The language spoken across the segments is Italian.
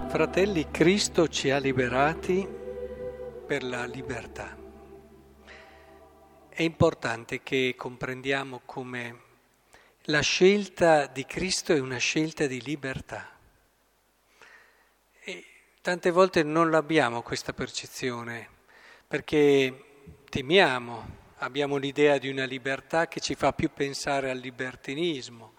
Fratelli, Cristo ci ha liberati per la libertà. È importante che comprendiamo come la scelta di Cristo è una scelta di libertà. E tante volte non l'abbiamo questa percezione, perché temiamo, abbiamo l'idea di una libertà che ci fa più pensare al libertinismo,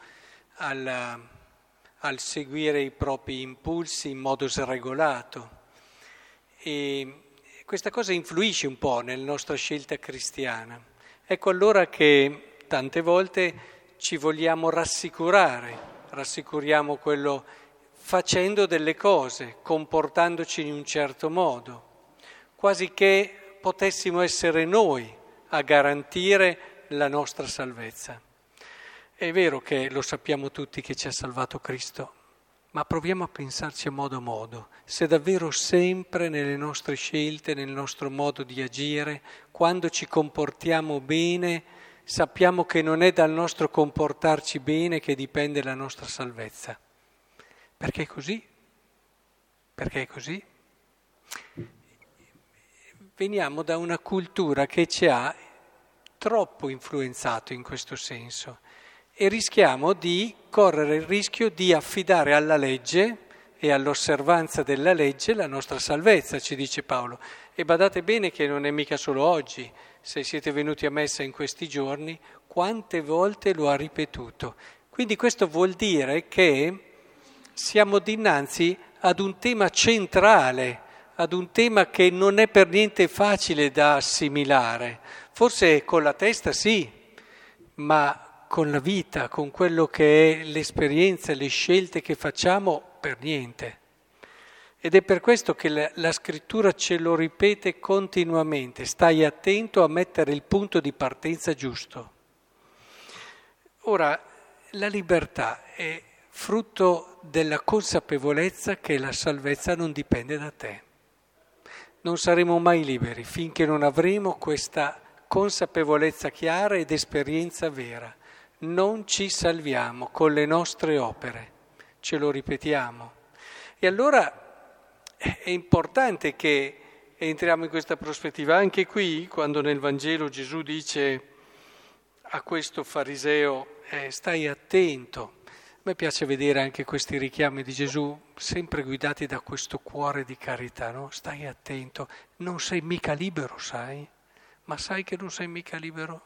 al seguire i propri impulsi in modo sregolato. E questa cosa influisce un po' nella nostra scelta cristiana. Ecco allora che tante volte ci vogliamo rassicuriamo quello facendo delle cose, comportandoci in un certo modo, quasi che potessimo essere noi a garantire la nostra salvezza. È vero che lo sappiamo tutti che ci ha salvato Cristo, ma proviamo a pensarci a modo, se davvero sempre nelle nostre scelte, nel nostro modo di agire, quando ci comportiamo bene, sappiamo che non è dal nostro comportarci bene che dipende la nostra salvezza. Perché è così? Perché è così? Veniamo da una cultura che ci ha troppo influenzato in questo senso. E rischiamo di correre il rischio di affidare alla legge e all'osservanza della legge la nostra salvezza, ci dice Paolo. E badate bene che non è mica solo oggi, se siete venuti a messa in questi giorni, quante volte lo ha ripetuto. Quindi questo vuol dire che siamo dinanzi ad un tema centrale, ad un tema che non è per niente facile da assimilare. Forse con la testa sì, ma con la vita, con quello che è l'esperienza, le scelte che facciamo, per niente. Ed è per questo che la scrittura ce lo ripete continuamente, stai attento a mettere il punto di partenza giusto. Ora, la libertà è frutto della consapevolezza che la salvezza non dipende da te. Non saremo mai liberi finché non avremo questa consapevolezza chiara ed esperienza vera. Non ci salviamo con le nostre opere, ce lo ripetiamo. E allora è importante che entriamo in questa prospettiva. Anche qui, quando nel Vangelo Gesù dice a questo fariseo, stai attento. A me piace vedere anche questi richiami di Gesù, sempre guidati da questo cuore di carità, no? Stai attento, non sei mica libero, sai? Ma sai che non sei mica libero?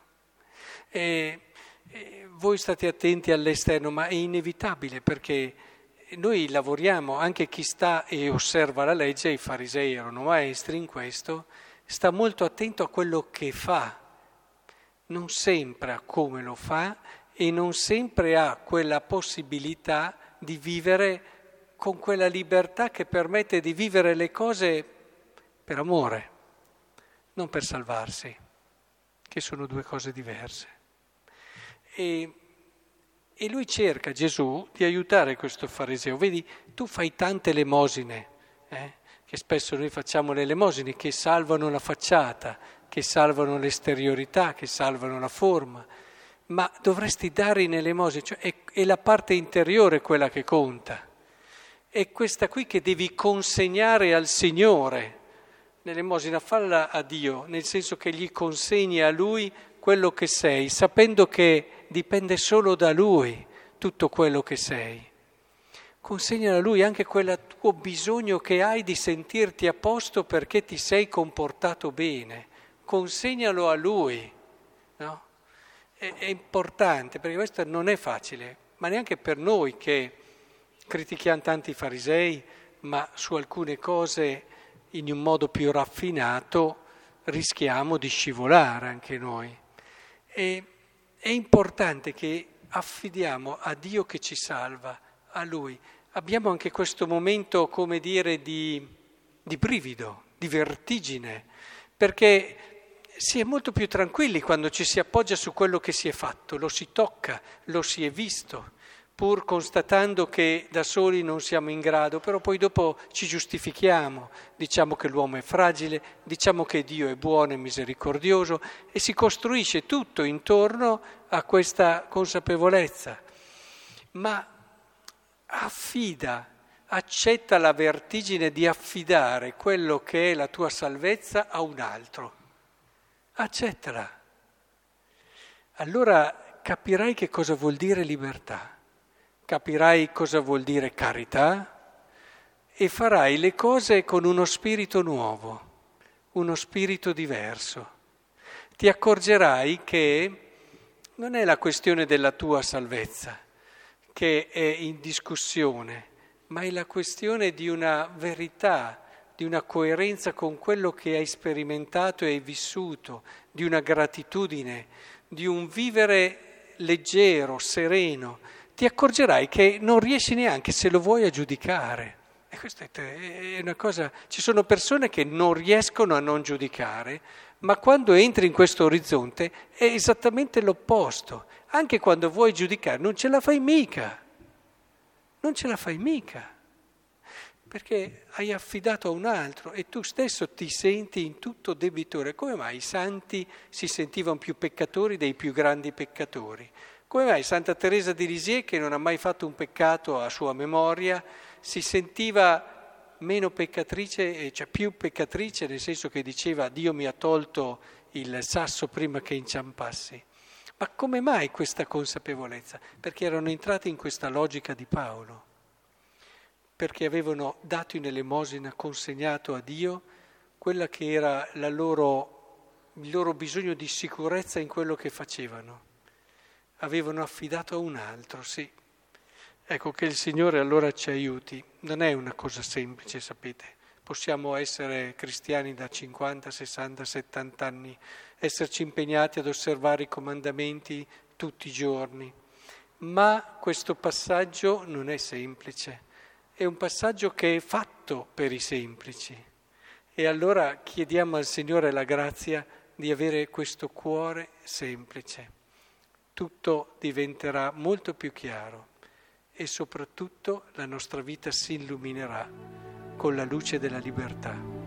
Voi state attenti all'esterno, ma è inevitabile perché noi lavoriamo, anche chi sta e osserva la legge, i farisei erano maestri in questo, sta molto attento a quello che fa, non sempre a come lo fa e non sempre ha quella possibilità di vivere con quella libertà che permette di vivere le cose per amore, non per salvarsi, che sono due cose diverse. E lui cerca, Gesù, di aiutare questo fariseo. Vedi, tu fai tante elemosine, che spesso noi facciamo le elemosine, che salvano la facciata, che salvano l'esteriorità, che salvano la forma, ma dovresti dare in elemosine, cioè è la parte interiore quella che conta. È questa qui che devi consegnare al Signore. L'elemosina falla a Dio, nel senso che gli consegni a Lui quello che sei, sapendo che dipende solo da Lui tutto quello che sei. Consegna a Lui anche quel tuo bisogno che hai di sentirti a posto perché ti sei comportato bene. Consegnalo a Lui, no? È importante, perché questo non è facile, ma neanche per noi che critichiamo tanti farisei, ma su alcune cose in un modo più raffinato rischiamo di scivolare anche noi. E è importante che affidiamo a Dio che ci salva, a Lui. Abbiamo anche questo momento, come dire, di brivido, di vertigine, perché si è molto più tranquilli quando ci si appoggia su quello che si è fatto, lo si tocca, lo si è visto, pur constatando che da soli non siamo in grado, però poi dopo ci giustifichiamo, diciamo che l'uomo è fragile, diciamo che Dio è buono e misericordioso e si costruisce tutto intorno a questa consapevolezza. Ma affida accetta la vertigine di affidare quello che è la tua salvezza a un altro. Accettala. Allora capirai che cosa vuol dire libertà, capirai cosa vuol dire carità e farai le cose con uno spirito nuovo, uno spirito diverso. Ti accorgerai che non è la questione della tua salvezza che è in discussione, ma è la questione di una verità, di una coerenza con quello che hai sperimentato e hai vissuto, di una gratitudine, di un vivere leggero, sereno. Ti accorgerai che non riesci neanche, se lo vuoi, a giudicare. E questa è una cosa. Ci sono persone che non riescono a non giudicare, ma quando entri in questo orizzonte è esattamente l'opposto. Anche quando vuoi giudicare non ce la fai mica. Non ce la fai mica. Perché hai affidato a un altro e tu stesso ti senti in tutto debitore. Come mai i santi si sentivano più peccatori dei più grandi peccatori? Come mai Santa Teresa di Lisieux, che non ha mai fatto un peccato a sua memoria, si sentiva meno peccatrice, cioè più peccatrice, nel senso che diceva Dio mi ha tolto il sasso prima che inciampassi? Ma come mai questa consapevolezza? Perché erano entrati in questa logica di Paolo, perché avevano dato in elemosina, consegnato a Dio quella che era il loro bisogno di sicurezza in quello che facevano. Avevano affidato a un altro, sì. Ecco, che il Signore allora ci aiuti. Non è una cosa semplice, sapete. Possiamo essere cristiani da 50, 60, 70 anni, esserci impegnati ad osservare i comandamenti tutti i giorni, ma questo passaggio non è semplice, è un passaggio che è fatto per i semplici. E allora chiediamo al Signore la grazia di avere questo cuore semplice. Tutto diventerà molto più chiaro e soprattutto la nostra vita si illuminerà con la luce della libertà.